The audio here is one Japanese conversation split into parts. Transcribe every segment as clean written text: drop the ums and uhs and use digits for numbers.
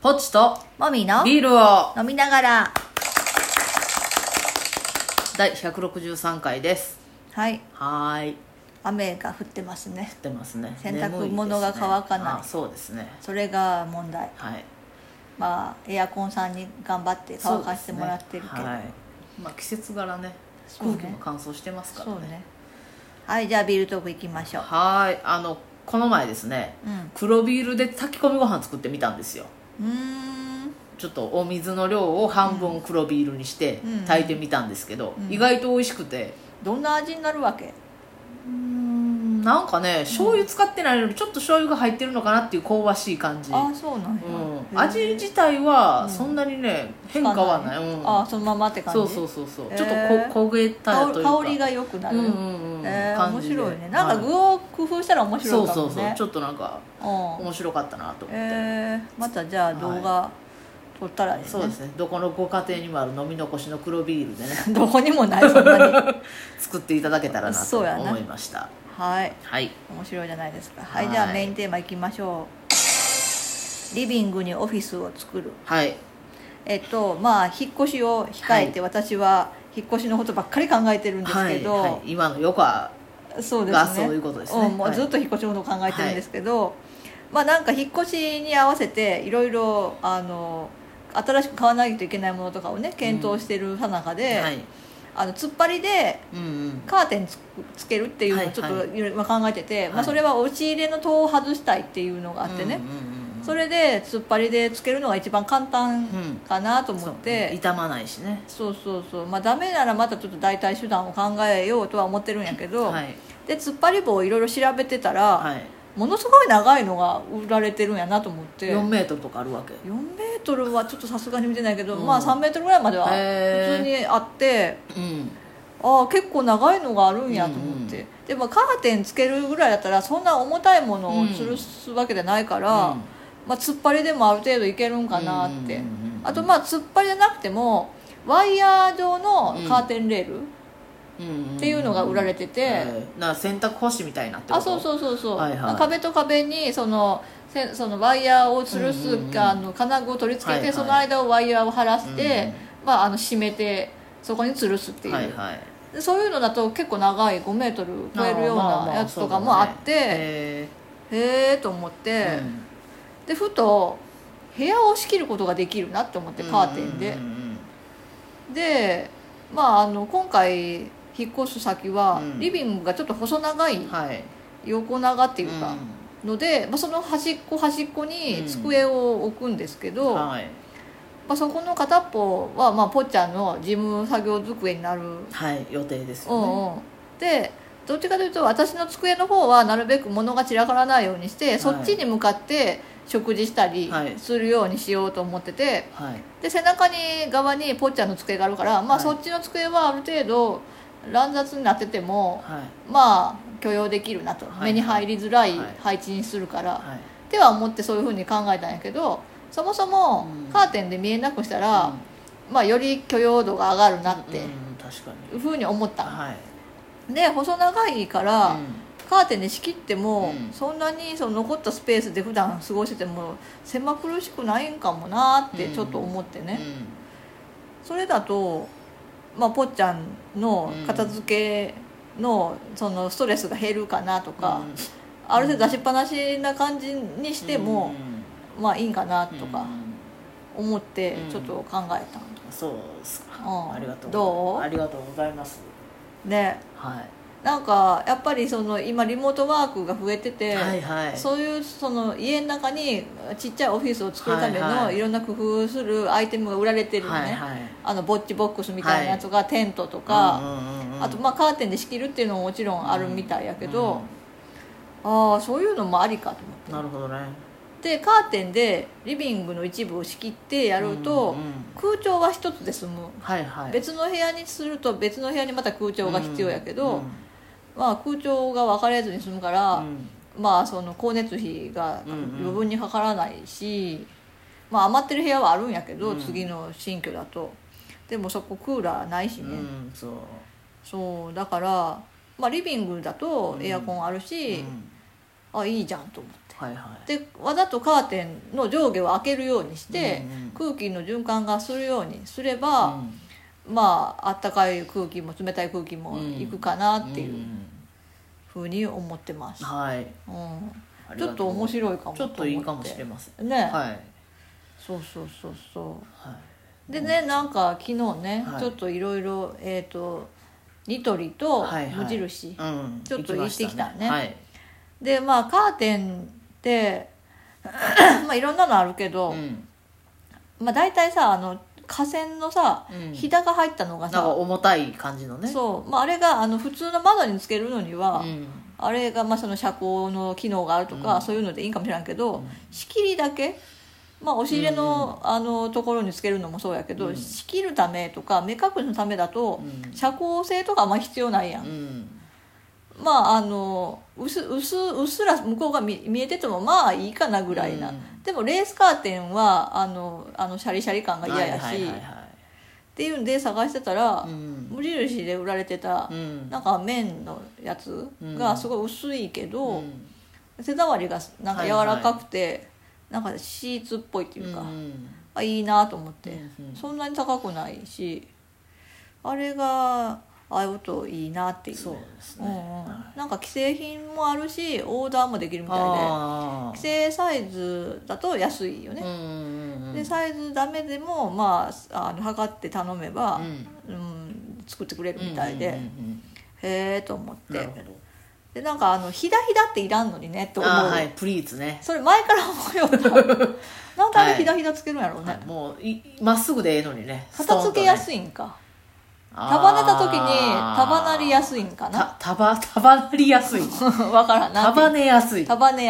ポチともみのビールを飲みながら。 第163回です。 はいはーい。 雨が降ってますね。 降ってますね。 洗濯物が乾かない、 そうですね。 それが問題。 はい。 まあエアコンさんに頑張って乾かしてもらってるけど、 はい。まあ季節柄ね、空気も乾燥してますからね。 そうね。はい、じゃあビールトーク行きましょう。 はい。この前ですね、黒ビールで炊き込みご飯作ってみたんですよ。ちょっとお水の量を半分黒ビールにして炊いてみたんですけど、意外と美味しくて。 どんな味になるわけ？ なんかね、醤油使ってないのにちょっと醤油が入ってるのかなっていう香ばしい感じ。 あ、そうなんや。 味自体はそんなにね、変化はない。 あ、そのままって感じ。 そうちょっと焦げたというか香りが良くなる。面白いね。なんか具はを工夫したら面白いかもね。 そうちょっとなんか面白かったなと思って。 またじゃあ動画撮ったらですね。 そうですね。どこのご家庭にもある飲み残しの黒ビールでねどこにもない、そんなに作っていただけたらなと思いました。 はい、 はい、 面白いじゃないですか。はい、じゃあメインテーマいきましょう。リビングにオフィスを作る。 はい。 まあ引っ越しを控えて、私は引っ越しのことばっかり考えてるんですけど、 今のヨカそうですがそういうことですね。 もうずっと引っ越しのことを考えてるんですけど、まあなんか引っ越しに合わせていろいろ新しく買わないといけないものとかをね検討してるさなかで、突っ張りでカーテンつけるっていうのをちょっといろいろ考えてて、それは押し入れの戸を外したいっていうのがあってね、それで突っ張りでつけるのが一番簡単かなと思って、 傷まないしね。 まあダメならまたちょっと代替手段を考えようとは思ってるんやけど、で突っ張り棒をいろいろ調べてたら、ものすごい長いのが売られてるんやなと思って。 4メートルとかあるわけ。 4メートルはちょっとさすがに見てないけど、まあ3メートルぐらいまでは普通にあって、ああ結構長いのがあるんやと思って、でもカーテンつけるぐらいだったらそんな重たいものを吊るすわけじゃないから、まあ、突っ張りでもある程度いけるんかなって。あとまあ突っ張りじゃなくてもワイヤー状のカーテンレールっていうのが売られてて、 洗濯干しみたいなってこと？ そう壁と壁にそのワイヤーを吊るす金具を取り付けて、その間をワイヤーを張らせて、締めてそこに吊るすっていう、そういうのだと結構長い5メートル超えるようなやつとかもあって、へえと思って、でふと部屋を仕切ることができるなって思って、カーテンで。で今回引っ越す先はリビングがちょっと細長い、横長っていうかので、その端っこ端っこに机を置くんですけど、そこの片っぽはぽっちゃんの事務作業机になる、 予定ですよね。 でどっちかというと私の机の方はなるべく物が散らからないようにして、そっちに向かって食事したりするようにしようと思ってて、で背中側にぽっちゃんの机があるから、そっちの机はある程度乱雑になってても、許容できるなと、目に入りづらい配置にするから、っては思ってそういうふうに考えたんやけど、そもそもカーテンで見えなくしたら、より許容度が上がるなっていうふうに思った。で細長いから、カーテンで仕切っても、そんなにその残ったスペースで普段過ごしてても狭苦しくないんかもなってちょっと思ってね、それだとぽっちゃんの片付けのそのストレスが減るかなとか、ある程度出しっぱなしな感じにしてもいいんかなとか思ってちょっと考えた。 そうですか。ありがとうございますね。なんかやっぱりその今リモートワークが増えてて、そういうその家の中にちっちゃいオフィスを作るためのいろんな工夫するアイテムが売られてるのね。ぼっちボックスみたいなやつがテントとか、あとカーテンで仕切るっていうのももちろんあるみたいやけど、そういうのもありかと思って。 なるほどね。 でカーテンでリビングの一部を仕切ってやると、空調は一つで済む、別の部屋にすると別の部屋にまた空調が必要やけど、空調が分かれずに済むから、その光熱費が余分にかからないし、余ってる部屋はあるんやけど、次の新居だとでもそこクーラーないしね、そうだから、リビングだとエアコンあるし、いいじゃんと思って。 はいはい、 でわざとカーテンの上下を開けるようにして、空気の循環がするようにすれば、まああったかい空気も冷たい空気もいくかなっていうふうに思ってます。 はい、 ちょっと面白いかもちょっといいかもしれませんね。 はい、 そうそうそうそう、はい、でね、なんか昨日ね、はい、ちょっといろいろニトリと無印、はいはい、ちょっと行ってきたね、はい、でまあカーテンってまあいろんなのあるけど、まあ大体さ架線のさ、ひだが入ったのがさ、 なんか重たい感じのね。 そう、まあ、あれが普通の窓につけるのには、あれがまあその遮光の機能があるとか、そういうのでいいかもしれんけど、仕切りだけ、まあ、押し入れの、ところにつけるのもそうやけど、仕切るためとか目隠しのためだと、遮光性とかあんま必要ないやん、まあうっすら向こうが見えててもまあいいかなぐらいな、でもレースカーテンはシャリシャリ感が嫌やし、っていうんで探してたら、無印で売られてた、なんか綿のやつがすごい薄いけど、手触りがなんか柔らかくて、なんかシーツっぽいっていうか、いいなと思って、そんなに高くないし、あれが合うといいなっていう。 そうですね、 なんか既製品もあるしオーダーもできるみたいで、既製サイズだと安いよね、でサイズダメでもまあ測って頼めば、作ってくれるみたいで、へえと思って、でなんかひだひだっていらんのにねと思う。 はい、プリーツね、 それ前から思うようななんであれひだひだつけるんやろうね、 もうまっすぐでええのにね、 片付けやすいんか、束ねた時に束なりやすいんかな、 束なりやすいわからんな、 束ねやすい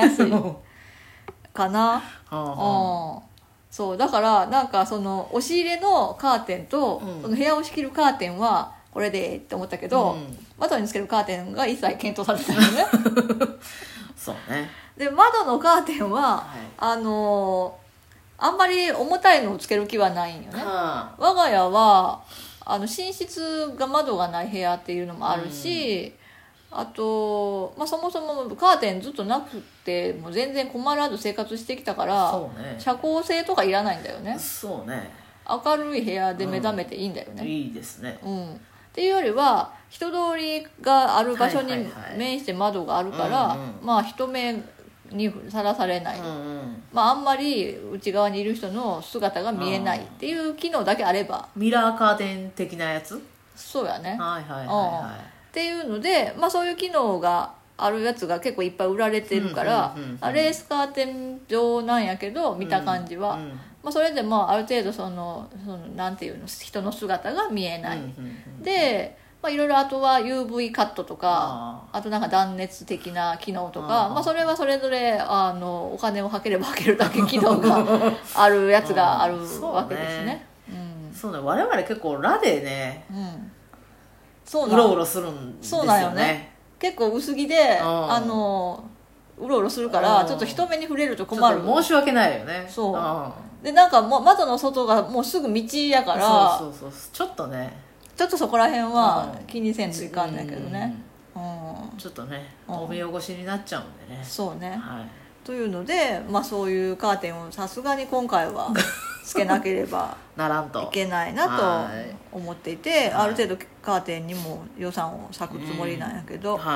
かなそうだからなんかその押し入れのカーテンと、その部屋を仕切るカーテンはこれでって思ったけど、窓につけるカーテンが一切検討されてないよねそうね。で窓のカーテンは、あんまり重たいのをつける気はないんよね、我が家は寝室が窓がない部屋っていうのもあるし、あと、まあ、そもそもカーテンずっとなくてもう全然困らず生活してきたから、遮光性とかいらないんだよね。 そうね、 明るい部屋で目覚めていいんだよね、 いいですね、 っていうよりは人通りがある場所に面して窓があるから、まあ人目にさらされない、まああんまり内側にいる人の姿が見えないっていう機能だけあれば、 ミラーカーテン的なやつ、 そうやね、っていうので、まあそういう機能があるやつが結構いっぱい売られてるから、レースカーテン状なんやけど見た感じは、まあ、それでもある程度そのなんていうの、人の姿が見えない、でまあ、いろいろあとは UV カットとか、あとなんか断熱的な機能とか、まあ、それはそれぞれお金をはければはけるだけ機能があるやつがあるわけですね。 そうね、我々結構ラでね、うろうろするんですよね。そうなんよね、 結構薄着でうろうろするから、ちょっと人目に触れると困る。 申し訳ないよね。 そうでなんかもう窓の外がもうすぐ道やから、 そうちょっとね、 ちょっとそこら辺は気にせんといかんねんけどね、 ちょっとねお見汚しになっちゃうんでね。 そうね、というので、まあ、そういうカーテンをさすがに今回はつけなければいけないなと思っていて、ある程度カーテンにも予算を割くつもりなんやけど、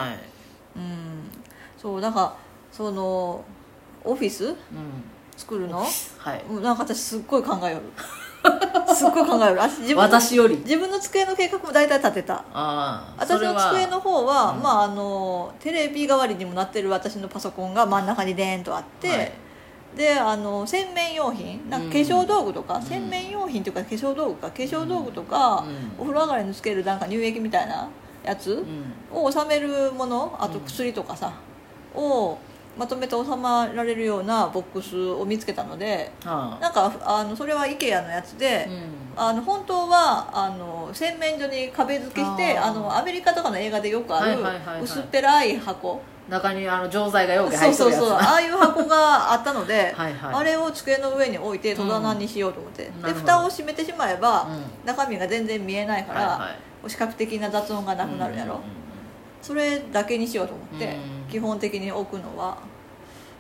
そうだからそのオフィス、作るの、なんか私すっごい考えよるすっごい考える。 私より自分の机の計画も大体立てた。私の机の方は、まあ、テレビ代わりにもなってる私のパソコンが真ん中にデーンとあって、で洗面用品なんか化粧道具とか、洗面用品というか化粧道具とか、お風呂上がりにつけるなんか乳液みたいなやつを収めるもの、あと薬とかさ、をまとめて収まられるようなボックスを見つけたので、なんかそれは IKEA のやつで、本当は洗面所に壁付けして、アメリカとかの映画でよくある薄っぺらい箱、 中に錠剤がよく入ってるやつ、 ああいう箱があったのであれを机の上に置いて戸棚にしようと思って、で蓋を閉めてしまえば、中身が全然見えないから、視覚的な雑音がなくなるやろ、それだけにしようと思って、基本的に置くのは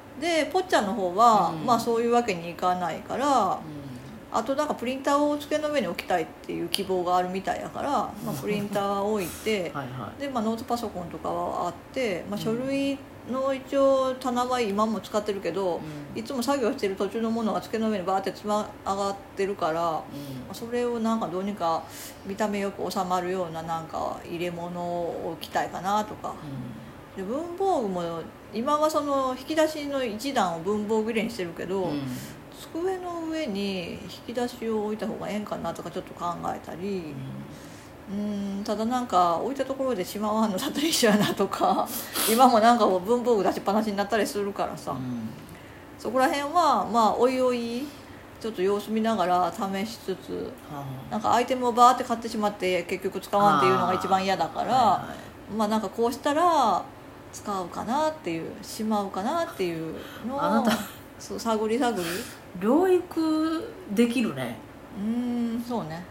でぽっちゃんの方は、 うんまあそういうわけにいかないから、 うんあとなんかプリンターを机の上に置きたいっていう希望があるみたいやから、まあ、プリンターを置いてはいはで、まあ、ノートパソコンとかはあって、まあ、書類の一応棚は今も使ってるけど、いつも作業してる途中のものが机の上にバーって積み上がってるから、それをなんかどうにか見た目よく収まるようななんか入れ物を置きたいかなとか、で文房具も今はその引き出しの一段を文房具入れにしてるけど、机の上に引き出しを置いた方がええんかなとかちょっと考えたり、ただなんか置いたところでしまわんのだったら一緒やなとか今もなんか文房具出しっぱなしになったりするからさ、そこら辺はまあおいおいちょっと様子見ながら試しつつ、なんかアイテムをバーって買ってしまって結局使わんっていうのが一番嫌だから、まあなんかこうしたら使うかなっていうしまうかなっていうのをあなたそう探り探り療育できるね。 そうね、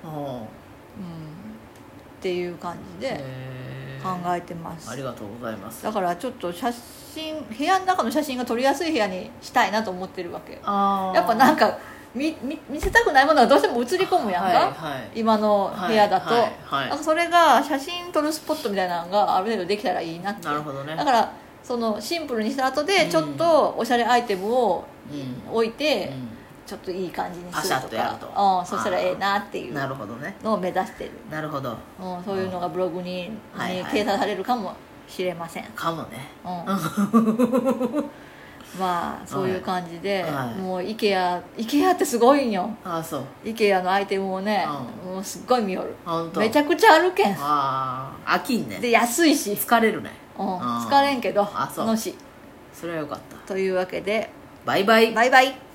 っていう感じで考えてます。 ありがとうございます。 だからちょっと写真部屋の中の写真が撮りやすい部屋にしたいなと思ってるわけ。やっぱなんか見せたくないものがどうしても映り込むやんか、今の部屋だと、なんかそれが写真撮るスポットみたいなのがある程度できたらいいなって。 なるほどね。 だからそのシンプルにした後でちょっとおしゃれアイテムを置いて、ちょっといい感じにするとか、そしたらええなっていうのを目指してる。 なるほど。 そういうのがブログに掲載されるかもしれません。 かもね。 まあそういう感じで、もう IKEA ってすごいんよ。 そう。 IKEA のアイテムをね、もうすっごい見よる。めちゃくちゃあるけん。 飽きんね。 で安いし。 疲れるね。 疲れんけどのし。 それはよかった。 というわけでバイバイ。 バイバイ。